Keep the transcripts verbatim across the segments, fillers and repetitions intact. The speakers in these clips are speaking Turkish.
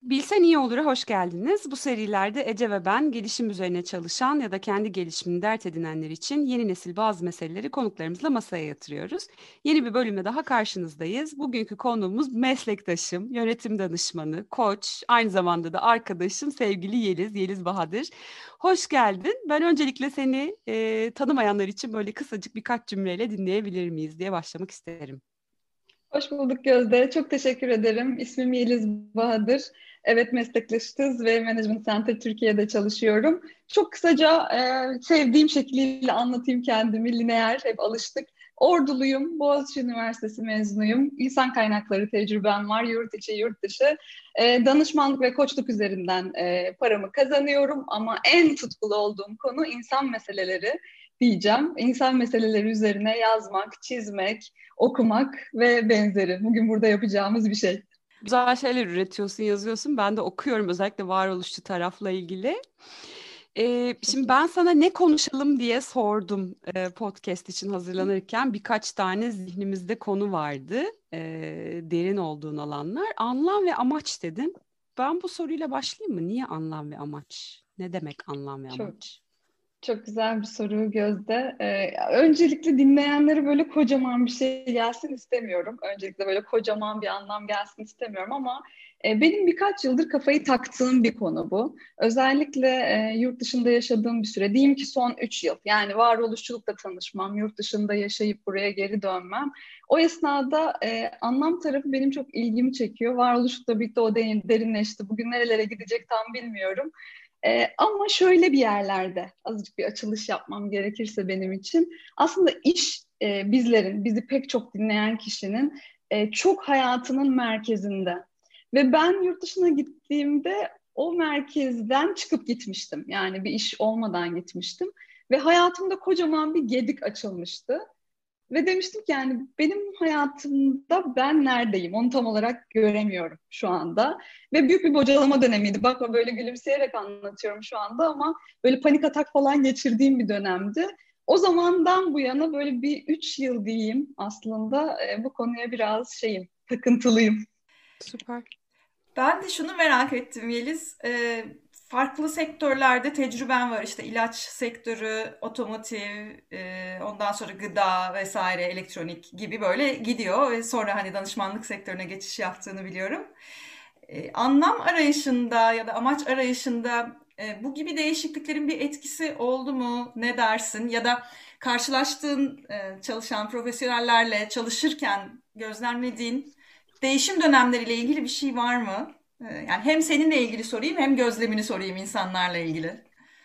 Bilsen iyi olur'a hoş geldiniz. Bu serilerde Ece ve ben gelişim üzerine çalışan ya da kendi gelişimini dert edinenler için yeni nesil bazı meseleleri konuklarımızla masaya yatırıyoruz. Yeni bir bölümle daha karşınızdayız. Bugünkü konuğumuz meslektaşım, yönetim danışmanı, koç, aynı zamanda da arkadaşım sevgili Yeliz, Yeliz Bahadır. Hoş geldin. Ben öncelikle seni e, tanımayanlar için böyle kısacık birkaç cümleyle dinleyebilir miyiz diye başlamak isterim. Hoş bulduk Gözde. Çok teşekkür ederim. İsmim Yeliz Bahadır. Evet, meslektaşız ve Management Center Türkiye'de çalışıyorum. Çok kısaca e, sevdiğim şekliyle anlatayım kendimi. Lineer, hep alıştık. Orduluyum, Boğaziçi Üniversitesi mezunuyum. İnsan kaynakları tecrübem var, yurt içi, yurt dışı. E, danışmanlık ve koçluk üzerinden e, paramı kazanıyorum ama en tutkulu olduğum konu insan meseleleri diyeceğim. İnsan meseleleri üzerine yazmak, çizmek, okumak ve benzeri. Bugün burada yapacağımız bir şey. Güzel şeyler üretiyorsun, yazıyorsun. Ben de okuyorum özellikle varoluşçu tarafla ilgili. Ee, Çok şimdi iyi. ben sana ne konuşalım diye sordum e, podcast için hazırlanırken. Birkaç tane zihnimizde konu vardı. e, derin olduğun alanlar. Anlam ve amaç dedin. Ben bu soruyla başlayayım mı? Niye anlam ve amaç? Ne demek anlam ve Çok amaç? Çok güzel bir soru Gözde. Ee, öncelikle dinleyenlere böyle kocaman bir şey gelsin istemiyorum. Öncelikle böyle kocaman bir anlam gelsin istemiyorum ama e, benim birkaç yıldır kafayı taktığım bir konu bu. Özellikle e, yurt dışında yaşadığım bir süre, diyeyim ki son üç yıl. Yani varoluşçulukla tanışmam, yurt dışında yaşayıp buraya geri dönmem. O esnada e, anlam tarafı benim çok ilgimi çekiyor. Varoluşlukla birlikte o de- derinleşti. Bugün nerelere gidecek tam bilmiyorum. Ee, ama şöyle bir yerlerde azıcık bir açılış yapmam gerekirse benim için. Aslında iş e, bizlerin, bizi pek çok dinleyen kişinin e, çok hayatının merkezinde. Ve ben yurt dışına gittiğimde o merkezden çıkıp gitmiştim. Yani bir iş olmadan gitmiştim. Ve hayatımda kocaman bir gedik açılmıştı. Ve demiştim ki yani benim hayatımda ben neredeyim? Onu tam olarak göremiyorum şu anda. Ve büyük bir bocalama dönemiydi. Bakma böyle gülümseyerek anlatıyorum şu anda ama böyle panik atak falan geçirdiğim bir dönemdi. O zamandan bu yana böyle bir üç yıl diyeyim aslında e, bu konuya biraz şeyim, takıntılıyım. Süper. Ben de şunu merak ettim Yeliz. Ee, farklı sektörlerde tecrüben var. İşte ilaç sektörü, otomotiv, e, ondan sonra gıda vesaire, elektronik gibi böyle gidiyor ve sonra hani danışmanlık sektörüne geçiş yaptığını biliyorum. Ee, anlam arayışında ya da amaç arayışında e, bu gibi değişikliklerin bir etkisi oldu mu? Ne dersin? Ya da karşılaştığın e, çalışan profesyonellerle çalışırken gözlemlediğin değişim dönemleriyle ilgili bir şey var mı? Ee, Yani hem seninle ilgili sorayım hem gözlemini sorayım insanlarla ilgili.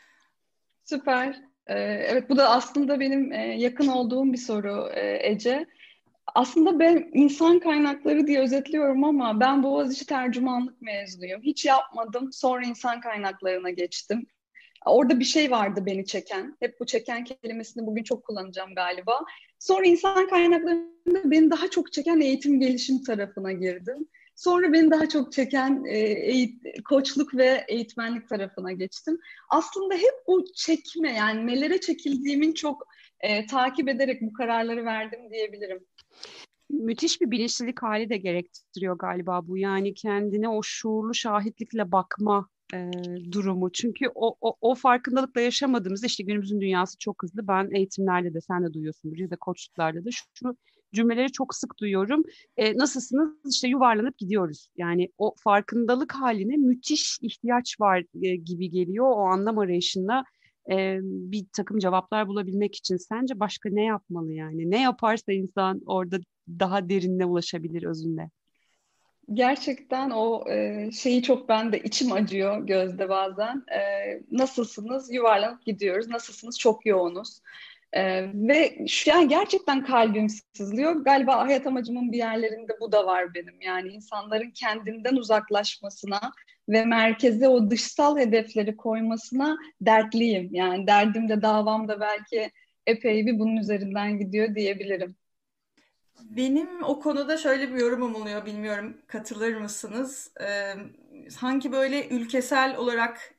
Süper. Ee, evet, bu da aslında benim e, yakın olduğum bir soru e, Ece. Aslında ben insan kaynakları diye özetliyorum ama ben Boğaziçi tercümanlık mezunuyum. Hiç yapmadım. Sonra insan kaynaklarına geçtim. Orada bir şey vardı beni çeken. Hep bu çeken kelimesini bugün çok kullanacağım galiba. Sonra insan kaynaklarında beni daha çok çeken eğitim gelişim tarafına girdim. Sonra beni daha çok çeken e, eğit- koçluk ve eğitmenlik tarafına geçtim. Aslında hep bu çekme, yani nelere çekildiğimin çok e, takip ederek bu kararları verdim diyebilirim. Müthiş bir bilinçlilik hali de gerektiriyor galiba bu. Yani kendine o şuurlu şahitlikle bakma e, durumu. Çünkü o, o, o farkındalıkla yaşamadığımızda işte günümüzün dünyası çok hızlı. Ben eğitimlerde de sen de duyuyorsundur ya da koçluklarda da şu, şu cümleleri çok sık duyuyorum. E, nasılsınız? İşte yuvarlanıp gidiyoruz. Yani o farkındalık haline müthiş ihtiyaç var e, gibi geliyor. O anlam arayışında e, bir takım cevaplar bulabilmek için sence başka ne yapmalı yani? Ne yaparsa insan orada daha derinine ulaşabilir özünde. Gerçekten o e, şeyi çok, ben de içim acıyor Gözde bazen. E, nasılsınız? Yuvarlanıp gidiyoruz. Nasılsınız? Çok yoğunuz. E, ve şu an gerçekten kalbim sızlıyor. Galiba hayat amacımın bir yerlerinde bu da var benim. Yani insanların kendinden uzaklaşmasına ve merkeze o dışsal hedefleri koymasına dertliyim. Yani derdim de davam da belki epey bir bunun üzerinden gidiyor diyebilirim. Benim o konuda şöyle bir yorumum oluyor, bilmiyorum katılır mısınız? Ee, sanki böyle ülkesel olarak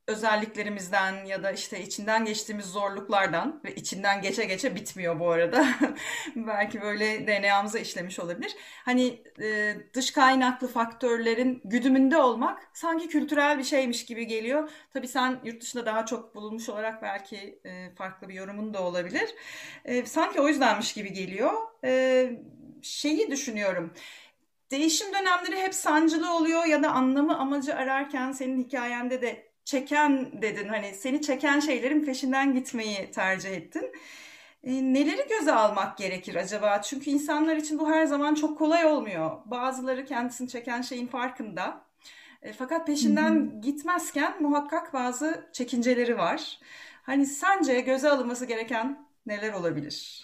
özelliklerimizden ya da işte içinden geçtiğimiz zorluklardan ve içinden geçe geçe bitmiyor bu arada. Belki böyle D N A'mıza işlemiş olabilir. Hani e, dış kaynaklı faktörlerin güdümünde olmak sanki kültürel bir şeymiş gibi geliyor. Tabii sen yurt dışında daha çok bulunmuş olarak belki e, farklı bir yorumun da olabilir. E, sanki o yüzdenmiş gibi geliyor. E, şeyi düşünüyorum. Değişim dönemleri hep sancılı oluyor ya da anlamı amacı ararken senin hikayende de çeken dedin. Hani seni çeken şeylerin peşinden gitmeyi tercih ettin. E, neleri göze almak gerekir acaba? Çünkü insanlar için bu her zaman çok kolay olmuyor. Bazıları kendisini çeken şeyin farkında. E, fakat Hı hı. peşinden gitmezken muhakkak bazı çekinceleri var. Hani sence göze alınması gereken neler olabilir?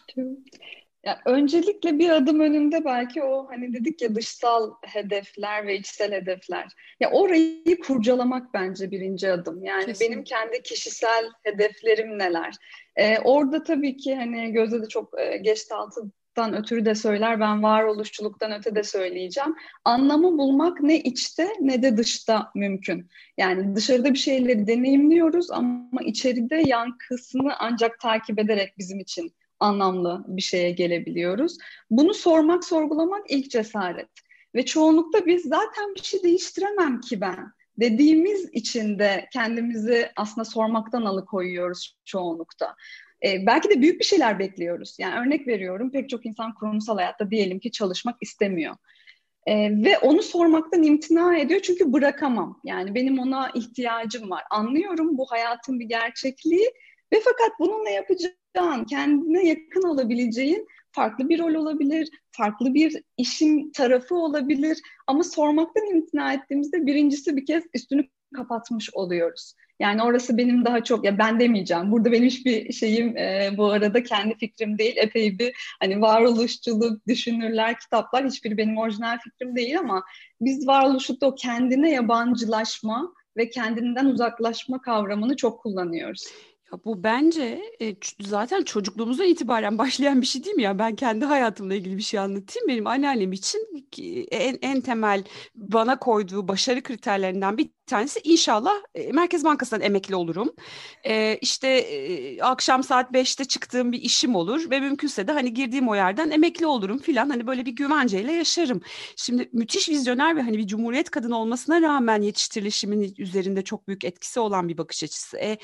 Ya öncelikle bir adım önünde belki o hani dedik ya dışsal hedefler ve içsel hedefler. Ya orayı kurcalamak bence birinci adım. Yani benim Kesin. kendi kişisel hedeflerim neler? Ee, orada tabii ki hani Gözde de çok e, Gestalt'tan ötürü de söyler, ben varoluşçuluktan öte de söyleyeceğim. Anlamı bulmak ne içte ne de dışta mümkün. Yani dışarıda bir şeyleri deneyimliyoruz ama içeride yankısını ancak takip ederek bizim için anlamlı bir şeye gelebiliyoruz. Bunu sormak, sorgulamak ilk cesaret. Ve çoğunlukta biz zaten bir şey değiştiremem ki ben dediğimiz için de kendimizi aslında sormaktan alıkoyuyoruz çoğunlukta. Ee, belki de büyük bir şeyler bekliyoruz. Yani örnek veriyorum, pek çok insan kurumsal hayatta diyelim ki çalışmak istemiyor. Ee, ve onu sormaktan imtina ediyor çünkü bırakamam. Yani benim ona ihtiyacım var. Anlıyorum, bu hayatın bir gerçekliği ve fakat bununla yapacağın, kendine yakın olabileceğin farklı bir rol olabilir, farklı bir işin tarafı olabilir. Ama sormaktan imtina ettiğimizde birincisi bir kez üstünü kapatmış oluyoruz. Yani orası benim daha çok, ya ben demeyeceğim. Burada benim hiçbir şeyim e, bu arada kendi fikrim değil. Epey bir hani varoluşçuluk, düşünürler, kitaplar hiçbiri benim orijinal fikrim değil ama biz varoluşlukta o kendine yabancılaşma ve kendinden uzaklaşma kavramını çok kullanıyoruz. Ya bu bence e, ç- zaten çocukluğumuzdan itibaren başlayan bir şey değil mi ya? Ben kendi hayatımla ilgili bir şey anlatayım. Benim anneannem için ki en, en temel bana koyduğu başarı kriterlerinden bir tanesi inşallah e, Merkez Bankası'ndan emekli olurum. E, işte e, akşam saat beşte çıktığım bir işim olur ve mümkünse de hani girdiğim o yerden emekli olurum filan. Hani böyle bir güvenceyle yaşarım. Şimdi müthiş vizyoner ve hani bir cumhuriyet kadını olmasına rağmen yetiştirilişimin üzerinde çok büyük etkisi olan bir bakış açısı. E,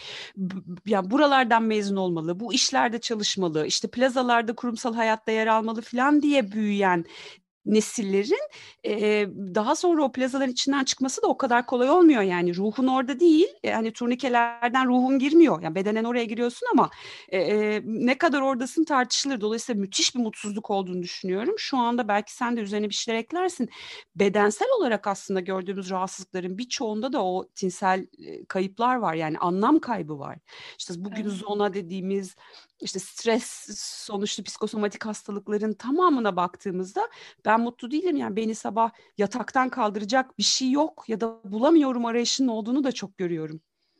ya buralardan mezun olmalı, bu işlerde çalışmalı, işte plazalarda kurumsal hayatta yer almalı falan diye büyüyen nesillerin e, daha sonra o plazaların içinden çıkması da o kadar kolay olmuyor yani ruhun orada değil e, hani turnikelerden ruhun girmiyor yani bedenen oraya giriyorsun ama e, e, ne kadar oradasın tartışılır, dolayısıyla müthiş bir mutsuzluk olduğunu düşünüyorum şu anda. Belki sen de üzerine bir şeyler eklersin. Bedensel olarak aslında gördüğümüz rahatsızlıkların birçoğunda da o tinsel e, kayıplar var, yani anlam kaybı var. İşte bugün Evet. zona dediğimiz işte stres sonuçlu psikosomatik hastalıkların tamamına baktığımızda ben mutlu değilim, yani beni sabah yataktan kaldıracak bir şey yok ya da bulamıyorum arayışının olduğunu da çok görüyorum.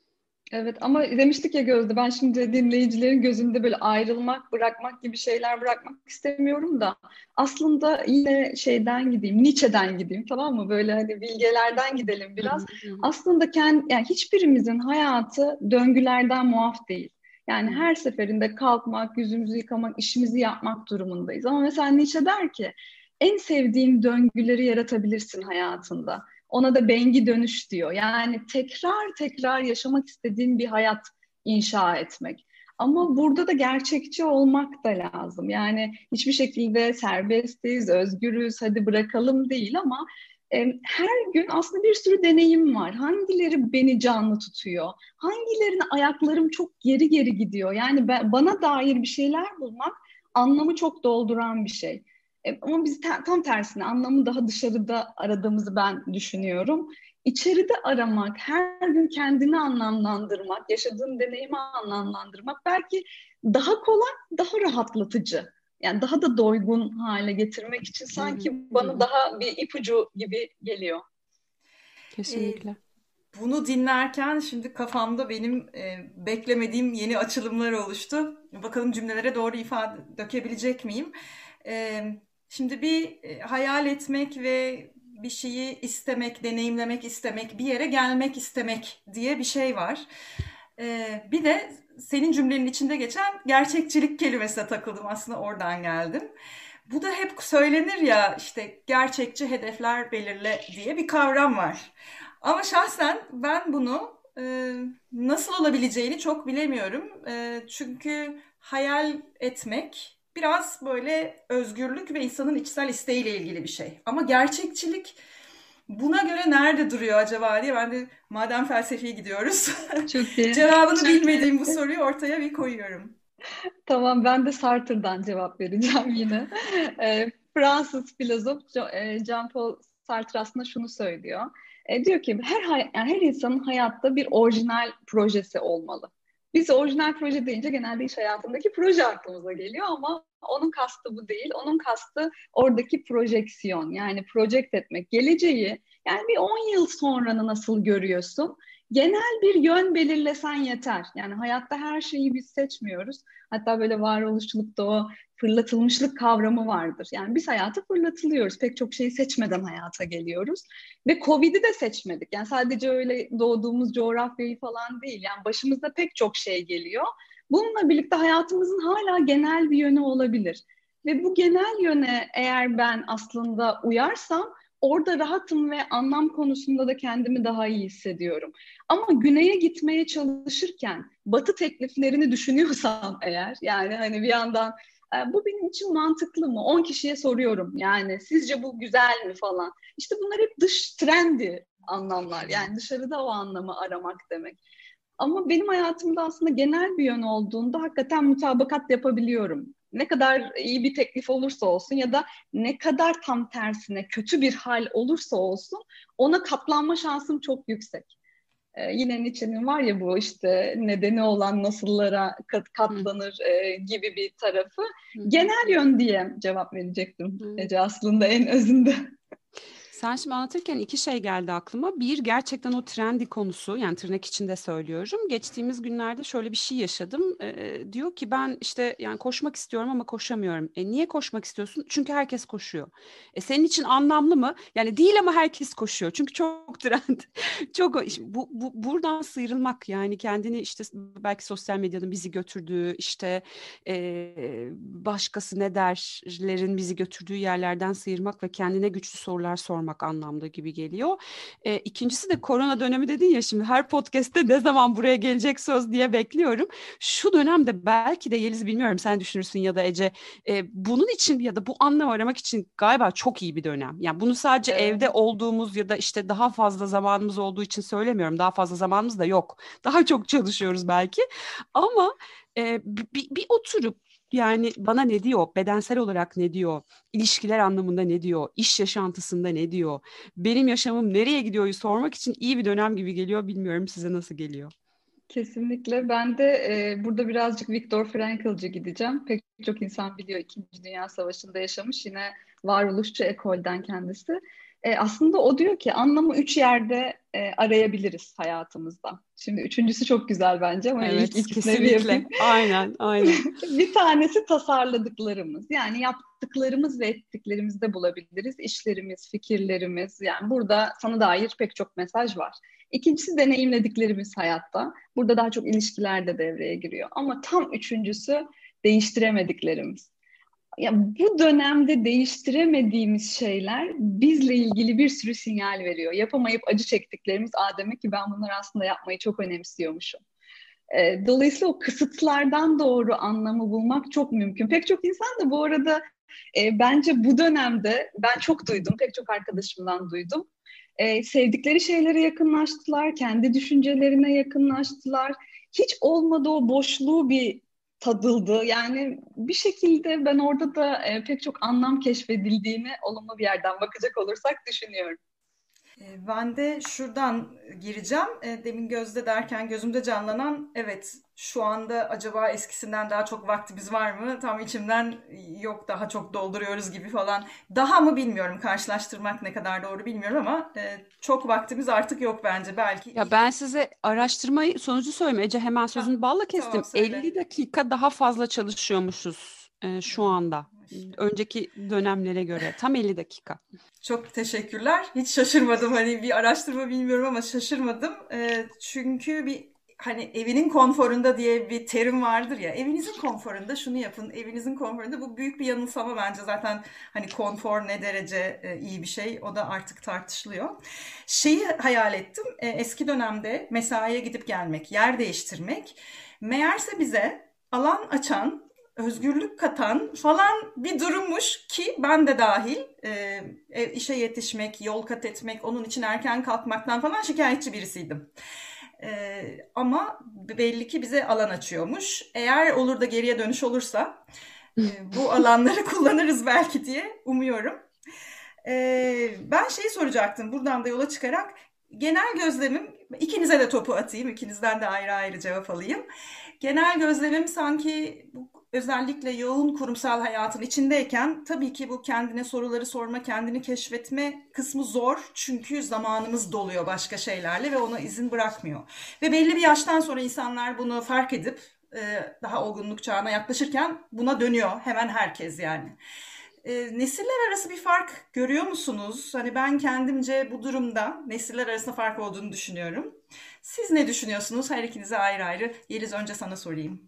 Evet ama demiştik ya Gözde, ben şimdi dinleyicilerin gözünde böyle ayrılmak, bırakmak gibi şeyler bırakmak istemiyorum da aslında yine şeyden gideyim, Nietzsche'den gideyim, tamam mı? Böyle hani bilgelerden gidelim Hı biraz. hı, hı hı, Aslında kendi, yani hiçbirimizin hayatı döngülerden muaf değil. hı Yani hı. her seferinde kalkmak, yüzümüzü yıkamak, işimizi yapmak durumundayız. Ama mesela Nietzsche der ki en sevdiğin döngüleri yaratabilirsin hayatında. Ona da bengi dönüş diyor. Yani tekrar tekrar yaşamak istediğin bir hayat inşa etmek. Ama burada da gerçekçi olmak da lazım. Yani hiçbir şekilde serbestiz, özgürüz, hadi bırakalım değil ama e, her gün aslında bir sürü deneyim var. Hangileri beni canlı tutuyor? Hangilerine ayaklarım çok geri geri gidiyor? Yani ben, bana dair bir şeyler bulmak anlamı çok dolduran bir şey. E, ama biz te- tam tersine anlamı daha dışarıda aradığımızı ben düşünüyorum. İçeride aramak, her gün kendini anlamlandırmak, yaşadığın deneyimi anlamlandırmak belki daha kolay, daha rahatlatıcı. Yani daha da doygun hale getirmek için Hı hı, sanki hı bana hı. daha bir ipucu gibi geliyor. E, Kesinlikle. Bunu dinlerken şimdi kafamda benim e, beklemediğim yeni açılımlar oluştu. Bakalım cümlelere doğru ifade dökebilecek miyim? E, Şimdi bir e, hayal etmek ve bir şeyi istemek, deneyimlemek istemek, bir yere gelmek istemek diye bir şey var. Ee, bir de senin cümlenin içinde geçen gerçekçilik kelimesine takıldım, aslında oradan geldim. Bu da hep söylenir ya, işte gerçekçi hedefler belirle diye bir kavram var. Ama şahsen ben bunu e, nasıl olabileceğini çok bilemiyorum. E, çünkü hayal etmek biraz böyle özgürlük ve insanın içsel isteğiyle ilgili bir şey. Ama gerçekçilik buna göre nerede duruyor acaba diye ben de, madem felsefeye gidiyoruz, Çok iyi. cevabını Çok bilmediğim iyi. bu soruyu ortaya bir koyuyorum. Tamam, ben de Sartre'dan cevap vereceğim yine. E, Fransız filozof Jo- e, Jean-Paul Sartre aslında şunu söylüyor. E, diyor ki her hay- yani her insanın hayatta bir orijinal projesi olmalı. Biz orijinal proje deyince genelde iş hayatındaki proje aklımıza geliyor ama onun kastı bu değil. Onun kastı oradaki projeksiyon, yani project etmek, geleceği, yani bir on yıl sonranı nasıl görüyorsun? Genel bir yön belirlesen yeter. Yani hayatta her şeyi biz seçmiyoruz. Hatta böyle varoluşçulukta o fırlatılmışlık kavramı vardır. Yani biz hayata fırlatılıyoruz. Pek çok şeyi seçmeden hayata geliyoruz. Ve Covid'i de seçmedik. Yani sadece öyle doğduğumuz coğrafyayı falan değil. Yani başımızda pek çok şey geliyor. Bununla birlikte hayatımızın hala genel bir yönü olabilir. Ve bu genel yöne eğer ben aslında uyarsam orada rahatım ve anlam konusunda da kendimi daha iyi hissediyorum. Ama güneye gitmeye çalışırken batı tekliflerini düşünüyorsam eğer, yani hani bir yandan e, bu benim için mantıklı mı? on kişiye soruyorum yani, sizce bu güzel mi falan. İşte bunlar hep dış trendi anlamlar. Yani dışarıda o anlamı aramak demek. Ama benim hayatımda aslında genel bir yön olduğunda hakikaten mutabakat yapabiliyorum. Ne kadar iyi bir teklif olursa olsun ya da ne kadar tam tersine kötü bir hal olursa olsun ona katlanma şansım çok yüksek. Ee, yine Nietzsche'nin var ya bu işte nedeni olan nasıllara kat, katlanır e, gibi bir tarafı. Genel yön diye cevap verecektim Ece, aslında en özünde. Sen şimdi anlatırken iki şey geldi aklıma. Bir, gerçekten o trendy konusu, yani tırnak içinde söylüyorum. Geçtiğimiz günlerde şöyle bir şey yaşadım. Ee, diyor ki ben işte yani koşmak istiyorum ama koşamıyorum. E, niye koşmak istiyorsun? Çünkü herkes koşuyor. E, senin için anlamlı mı? Yani değil ama herkes koşuyor. Çünkü çok trend. Çok bu, bu buradan sıyrılmak, yani kendini işte belki sosyal medyanın bizi götürdüğü, işte e, başkası ne derlerin bizi götürdüğü yerlerden sıyırmak ve kendine güçlü sorular sormak anlamda gibi geliyor. E, ikincisi de korona dönemi dedin ya, şimdi her podcast'te ne zaman buraya gelecek söz diye bekliyorum. Şu dönemde belki de Yeliz, bilmiyorum sen düşünürsün ya da Ece, e, bunun için ya da bu anlam aramak için galiba çok iyi bir dönem. Yani bunu sadece Evet. evde olduğumuz ya da işte daha fazla zamanımız olduğu için söylemiyorum. Daha fazla zamanımız da yok. Daha çok çalışıyoruz belki. Ama e, bir, bir oturup, yani bana ne diyor, bedensel olarak ne diyor, ilişkiler anlamında ne diyor, iş yaşantısında ne diyor, benim yaşamım nereye gidiyor'yu sormak için iyi bir dönem gibi geliyor. Bilmiyorum size nasıl geliyor? Kesinlikle. Ben de e, burada birazcık Viktor Frankl'cı gideceğim. Pek çok insan biliyor, İkinci Dünya Savaşı'nda yaşamış. Yine varoluşçu ekolden kendisi. E, aslında o diyor ki anlamı üç yerde e, arayabiliriz hayatımızda. Şimdi üçüncüsü çok güzel bence ama ilk Evet, ikisine bir kesinlikle. yapayım. Aynen, aynen. Bir tanesi tasarladıklarımız. Yani yaptıklarımız ve ettiklerimizde bulabiliriz. İşlerimiz, fikirlerimiz. Yani burada sana dair pek çok mesaj var. İkincisi deneyimlediklerimiz hayatta. Burada daha çok ilişkiler de devreye giriyor. Ama tam üçüncüsü değiştiremediklerimiz. Ya bu dönemde değiştiremediğimiz şeyler bizle ilgili bir sürü sinyal veriyor. Yapamayıp acı çektiklerimiz, aa demek ki ben bunları aslında yapmayı çok önemsiyormuşum. E, dolayısıyla o kısıtlardan doğru anlamı bulmak çok mümkün. Pek çok insan da bu arada e, bence bu dönemde ben çok duydum, pek çok arkadaşımdan duydum. E, sevdikleri şeylere yakınlaştılar, kendi düşüncelerine yakınlaştılar. Hiç olmadı o boşluğu bir tadıldı. Yani bir şekilde ben orada da e, pek çok anlam keşfedildiğini olumlu bir yerden bakacak olursak düşünüyorum. Ben de şuradan gireceğim. Demin Gözde derken gözümde canlanan, evet şu anda acaba eskisinden daha çok vaktimiz var mı? Tam içimden yok, daha çok dolduruyoruz gibi falan. Daha mı bilmiyorum, karşılaştırmak ne kadar doğru bilmiyorum ama çok vaktimiz artık yok bence belki. Ya ben size araştırma sonucu söyleyeyim Ece, hemen sözünü balla kestim. Tamam, söyle. elli dakika daha fazla çalışıyormuşuz e, şu anda. önceki dönemlere göre. Tam elli dakika. Çok teşekkürler. Hiç şaşırmadım. Hani bir araştırma bilmiyorum ama şaşırmadım. E, çünkü bir hani evinin konforunda diye bir terim vardır ya. Evinizin konforunda şunu yapın. Evinizin konforunda bu büyük bir yanılsama bence. Zaten hani konfor ne derece e, iyi bir şey o da artık tartışılıyor. Şeyi hayal ettim. E, eski dönemde mesaiye gidip gelmek, yer değiştirmek meğerse bize alan açan, özgürlük katan falan bir durummuş ki ben de dahil e, işe yetişmek, yol kat etmek, onun için erken kalkmaktan falan şikayetçi birisiydim. Ee, ama belli ki bize alan açıyormuş. Eğer olur da geriye dönüş olursa e, bu alanları kullanırız belki diye umuyorum. Ee, ben şeyi soracaktım buradan da yola çıkarak. Genel gözlemim, ikinize de topu atayım, ikinizden de ayrı ayrı cevap alayım. Genel gözlemim sanki bu özellikle yoğun kurumsal hayatın içindeyken tabii ki bu kendine soruları sorma, kendini keşfetme kısmı zor. Çünkü zamanımız doluyor başka şeylerle ve ona izin bırakmıyor. Ve belli bir yaştan sonra insanlar bunu fark edip daha olgunluk çağına yaklaşırken buna dönüyor hemen herkes yani. E, nesiller arası bir fark görüyor musunuz? Hani ben kendimce bu durumda nesiller arasında fark olduğunu düşünüyorum. Siz ne düşünüyorsunuz? Her ikinize ayrı ayrı. Yeliz önce sana sorayım.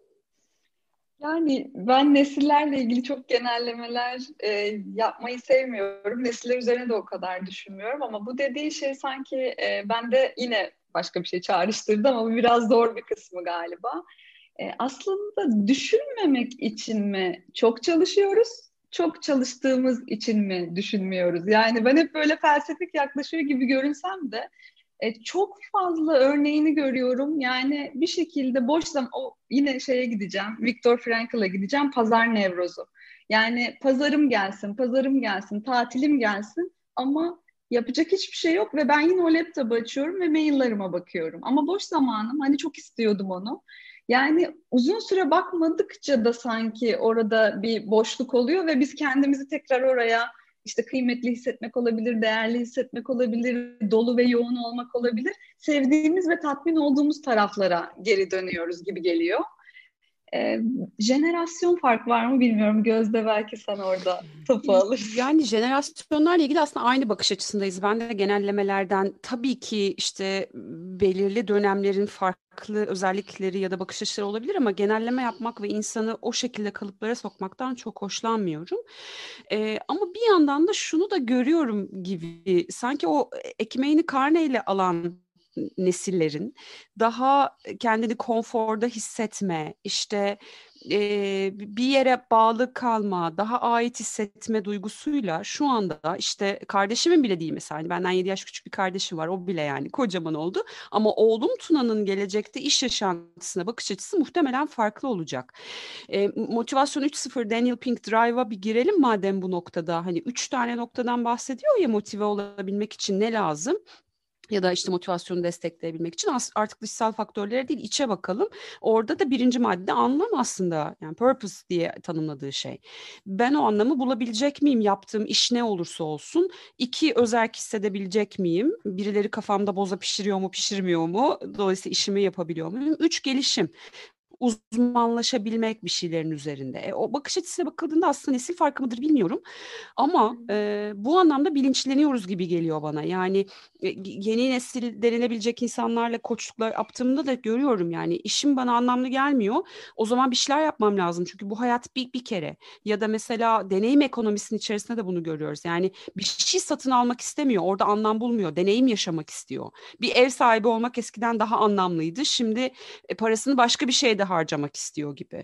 Yani ben nesillerle ilgili çok genellemeler e, yapmayı sevmiyorum. Nesiller üzerine de o kadar düşünmüyorum ama bu dediği şey sanki e, bende yine başka bir şey çağrıştırdı ama bu biraz zor bir kısmı galiba. E, aslında düşünmemek için mi çok çalışıyoruz, çok çalıştığımız için mi düşünmüyoruz? Yani ben hep böyle felsefik yaklaşıyor gibi görünsem de e, çok fazla örneğini görüyorum. Yani bir şekilde boş zaman, o yine şeye gideceğim, Viktor Frankl'a gideceğim, pazar nevrozu. Yani pazarım gelsin, pazarım gelsin, tatilim gelsin ama yapacak hiçbir şey yok ve ben yine o laptopu açıyorum ve maillerime bakıyorum. Ama boş zamanım, hani çok istiyordum onu. Yani uzun süre bakmadıkça da sanki orada bir boşluk oluyor ve biz kendimizi tekrar oraya işte kıymetli hissetmek olabilir, değerli hissetmek olabilir, dolu ve yoğun olmak olabilir. Sevdiğimiz ve tatmin olduğumuz taraflara geri dönüyoruz gibi geliyor. Ee, jenerasyon fark var mı bilmiyorum. Gözde belki sen orada topu alırsın. Yani jenerasyonlarla ilgili aslında aynı bakış açısındayız. Ben de genellemelerden tabii ki işte belirli dönemlerin farklı özellikleri ya da bakış açıları olabilir ama genelleme yapmak ve insanı o şekilde kalıplara sokmaktan çok hoşlanmıyorum. Ee, ama bir yandan da şunu da görüyorum gibi sanki o ekmeğini karneyle alan nesillerin daha kendini konforda hissetme, işte e, bir yere bağlı kalma, daha ait hissetme duygusuyla şu anda işte kardeşimin bile değil mesela. Hani benden yedi yaş küçük bir kardeşim var. O bile yani kocaman oldu. Ama oğlum Tuna'nın gelecekte iş yaşantısına bakış açısı muhtemelen farklı olacak. E, Motivasyon üç nokta sıfır Daniel Pink Drive'a bir girelim madem bu noktada. Hani üç tane noktadan bahsediyor ya motive olabilmek için ne lazım? Ya da işte motivasyonu destekleyebilmek için artık dışsal faktörlere değil içe bakalım. Orada da birinci madde anlam aslında yani purpose diye tanımladığı şey. Ben o anlamı bulabilecek miyim yaptığım iş ne olursa olsun? İki özerk hissedebilecek miyim? Birileri kafamda boza pişiriyor mu pişirmiyor mu? Dolayısıyla işimi yapabiliyor muyum? Üç gelişim. Uzmanlaşabilmek bir şeylerin üzerinde. E, o bakış açısıyla bakıldığında aslında nesil farkı mıdır bilmiyorum. Ama e, bu anlamda bilinçleniyoruz gibi geliyor bana. Yani e, yeni nesil denilebilecek insanlarla koçluklar yaptığımda da görüyorum yani işim bana anlamlı gelmiyor. O zaman bir şeyler yapmam lazım. Çünkü bu hayat bir, bir kere. Ya da mesela deneyim ekonomisinin içerisinde de bunu görüyoruz. Yani bir şey satın almak istemiyor. Orada anlam bulmuyor. Deneyim yaşamak istiyor. Bir ev sahibi olmak eskiden daha anlamlıydı. Şimdi e, parasını başka bir şeyde harcamak istiyor gibi.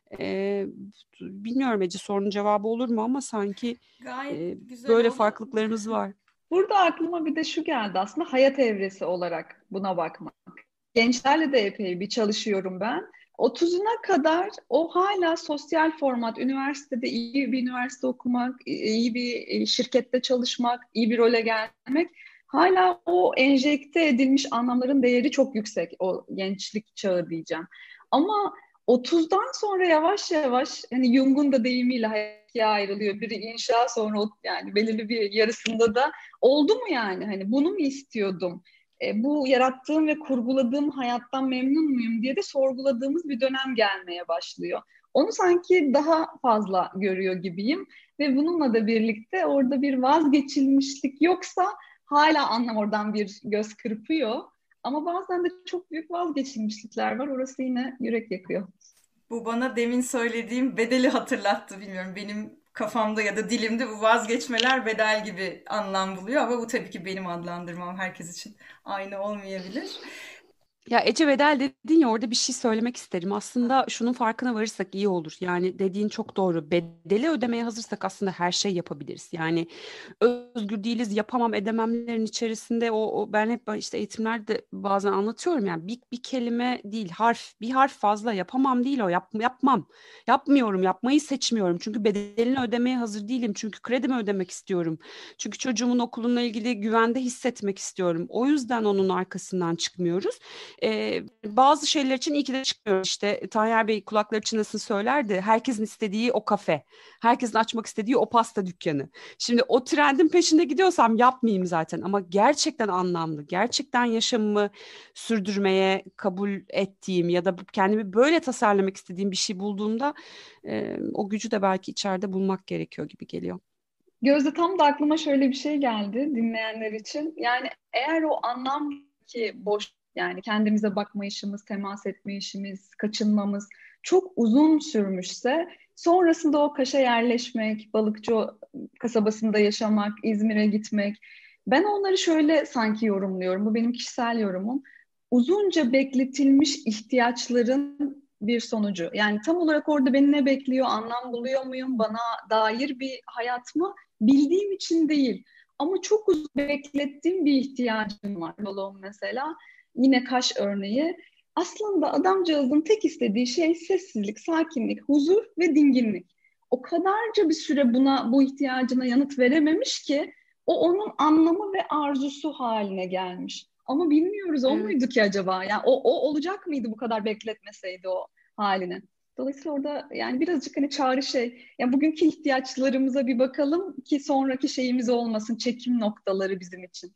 Ee, bilmiyorum Ece sorunun cevabı olur mu ama sanki e, böyle oldu. Farklılıklarımız var. Burada aklıma bir de şu geldi aslında hayat evresi olarak buna bakmak. Gençlerle de epey bir çalışıyorum ben. otuzuna kadar o hala sosyal format, üniversitede iyi bir üniversite okumak, iyi bir şirkette çalışmak, iyi bir role gelmek hala o enjekte edilmiş anlamların değeri çok yüksek. O gençlik çağı diyeceğim. Ama otuzdan sonra yavaş yavaş hani Jung'un da deyimiyle hayat ikiye ayrılıyor. Biri inşa sonra yani belirli bir yarısında da oldu mu yani hani bunu mu istiyordum? E, bu yarattığım ve kurguladığım hayattan memnun muyum diye de sorguladığımız bir dönem gelmeye başlıyor. Onu sanki daha fazla görüyor gibiyim ve bununla da birlikte orada bir vazgeçilmişlik yoksa hala anlam oradan bir göz kırpıyor. Ama bazen de çok büyük vazgeçilmişlikler var. Orası yine yürek yakıyor. Bu bana demin söylediğim bedeli hatırlattı. Bilmiyorum, benim kafamda ya da dilimde bu vazgeçmeler bedel gibi anlam buluyor ama bu tabii ki benim adlandırmam, herkes için aynı olmayabilir. Ya Ece Vedel dedin ya, orada bir şey söylemek isterim. Aslında şunun farkına varırsak iyi olur. Yani dediğin çok doğru. Bedeli ödemeye hazırsak aslında her şey yapabiliriz. Yani özgür değiliz, yapamam edememlerin içerisinde o, o ben hep işte eğitimlerde bazen anlatıyorum, yani bir, bir kelime değil, harf, bir harf fazla. Yapamam değil o, yap, yapmam. Yapmıyorum, yapmayı seçmiyorum. Çünkü bedelini ödemeye hazır değilim. Çünkü kredimi ödemek istiyorum. Çünkü çocuğumun okulunla ilgili güvende hissetmek istiyorum. O yüzden onun arkasından çıkmıyoruz. Ee, bazı şeyler için iyi ki de çıkmıyor. İşte Tayyar Bey kulakları çınlasın söylerdi. Herkesin istediği o kafe. Herkesin açmak istediği o pasta dükkanı. Şimdi o trendin peşinde gidiyorsam yapmayayım zaten. Ama gerçekten anlamlı, gerçekten yaşamımı sürdürmeye kabul ettiğim ya da kendimi böyle tasarlamak istediğim bir şey bulduğumda e, o gücü de belki içeride bulmak gerekiyor gibi geliyor. Gözde, tam da aklıma şöyle bir şey geldi dinleyenler için. Yani eğer o anlam ki boş, yani kendimize bakmayışımız, temas etmeyişimiz, kaçınmamız çok uzun sürmüşse sonrasında o Kaş'a yerleşmek, balıkçı kasabasında yaşamak, İzmir'e gitmek, ben onları şöyle sanki yorumluyorum. Bu benim kişisel yorumum. Uzunca bekletilmiş ihtiyaçların bir sonucu. Yani tam olarak orada beni ne bekliyor, anlam buluyor muyum, bana dair bir hayat mı? Bildiğim için değil. Ama çok uzun beklettiğim bir ihtiyacım var. Yolum mesela. Yine Kaş örneği. Aslında adamcağızın tek istediği şey sessizlik, sakinlik, huzur ve dinginlik. O kadarca bir süre buna, bu ihtiyacına yanıt verememiş ki o onun anlamı ve arzusu haline gelmiş. Ama bilmiyoruz, o Evet. muydu ki acaba? Yani o, o olacak mıydı bu kadar bekletmeseydi o halini? Dolayısıyla orada yani birazcık hani çağrı şey, yani bugünkü ihtiyaçlarımıza bir bakalım ki sonraki şeyimiz olmasın, çekim noktaları bizim için.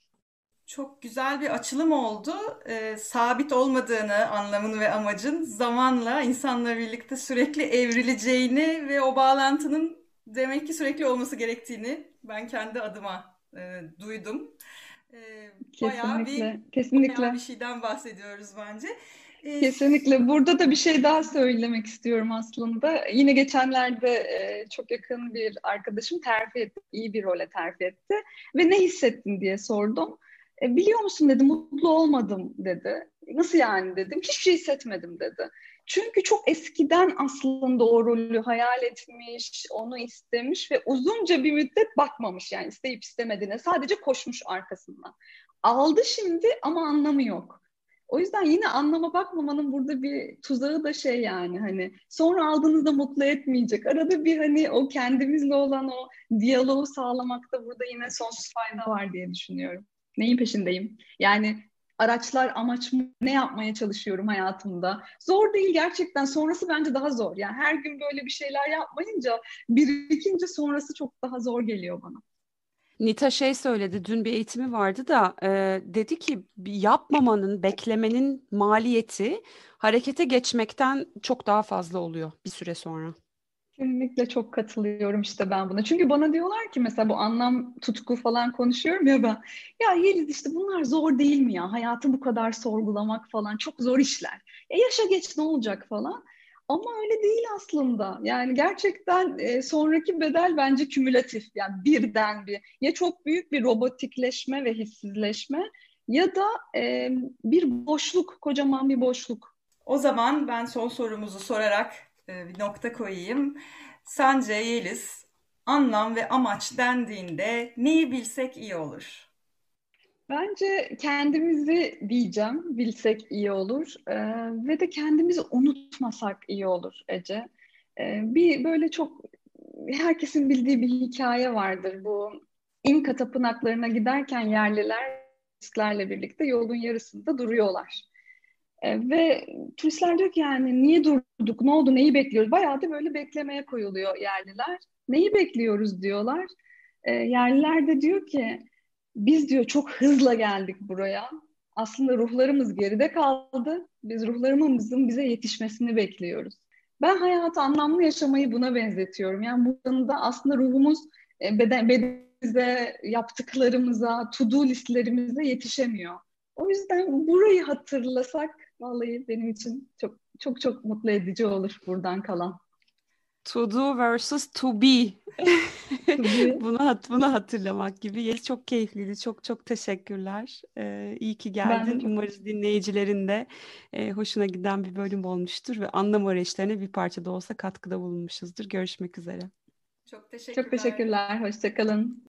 Çok güzel bir açılım oldu. Ee, sabit olmadığını, anlamın ve amacın zamanla insanla birlikte sürekli evrileceğini ve o bağlantının demek ki sürekli olması gerektiğini ben kendi adıma e, duydum. Ee, bayağı bir Kesinlikle, bayağı bir kesinlikle. şeyden bahsediyoruz bence. Ee, Kesinlikle. Burada da bir şey daha söylemek istiyorum aslında. Yine geçenlerde e, çok yakın bir arkadaşım terfi etti, iyi bir role terfi etti ve ne hissettin diye sordum. E, biliyor musun dedi, mutlu olmadım dedi. Nasıl yani dedim, hiçbir şey hissetmedim dedi. Çünkü çok eskiden aslında o rolü hayal etmiş, onu istemiş ve uzunca bir müddet bakmamış, yani isteyip istemediğine, sadece koşmuş arkasından. Aldı şimdi ama anlamı yok. O yüzden yine anlama bakmamanın burada bir tuzağı da şey, yani hani sonra aldığınızda mutlu etmeyecek. Arada bir hani o kendimizle olan o diyaloğu sağlamakta burada yine sonsuz fayda var diye düşünüyorum. Neyin peşindeyim? Yani araçlar, amaç mı? Ne yapmaya çalışıyorum hayatımda? Zor değil gerçekten. Sonrası bence daha zor. Yani her gün böyle bir şeyler yapmayınca birikince sonrası çok daha zor geliyor bana. Nita şey söyledi, dün bir eğitimi vardı da e, dedi ki yapmamanın, beklemenin maliyeti harekete geçmekten çok daha fazla oluyor bir süre sonra. Kesinlikle çok katılıyorum işte ben buna. Çünkü bana diyorlar ki mesela bu anlam, tutku falan konuşuyorum ya ben. Ya Yeliz, işte bunlar zor değil mi ya? Hayatı bu kadar sorgulamak falan çok zor işler. E yaşa geç, ne olacak falan. Ama öyle değil aslında. Yani gerçekten e, sonraki bedel bence kümülatif. Yani birden bir. Ya çok büyük bir robotikleşme ve hissizleşme ya da e, bir boşluk, kocaman bir boşluk. O zaman ben son sorumuzu sorarak e, bir nokta koyayım. Sence Yeliz, anlam ve amaç dendiğinde neyi bilsek iyi olur? Bence kendimizi diyeceğim, bilsek iyi olur. Ee, ve de kendimizi unutmasak iyi olur Ece. Ee, bir böyle çok herkesin bildiği bir hikaye vardır. Bu İnka tapınaklarına giderken yerliler turistlerle birlikte yolun yarısında duruyorlar. Ee, ve turistler diyor ki yani niye durduk, ne oldu, neyi bekliyoruz? Bayağı da böyle beklemeye koyuluyor yerliler. Neyi bekliyoruz diyorlar. Ee, yerliler de diyor ki biz diyor çok hızla geldik buraya. Aslında ruhlarımız geride kaldı. Biz ruhlarımızın bize yetişmesini bekliyoruz. Ben hayatı anlamlı yaşamayı buna benzetiyorum. Yani burada da aslında ruhumuz e, beden, bedenimize, yaptıklarımıza, to-do listlerimize yetişemiyor. O yüzden burayı hatırlasak vallahi benim için çok çok çok mutlu edici olur buradan kalan. To do versus to be. Tabii. Bunu hat bunu hatırlamak gibi. Yeliz, çok keyifliydi. Çok çok teşekkürler. Ee, iyi ki Ben de geldin. çok Umarız dinleyicilerin de e, hoşuna giden bir bölüm olmuştur ve anlam arayışlarına bir parça da olsa katkıda bulunmuşuzdur. Görüşmek üzere. Çok çok teşekkürler. teşekkürler. Hoşça kalın.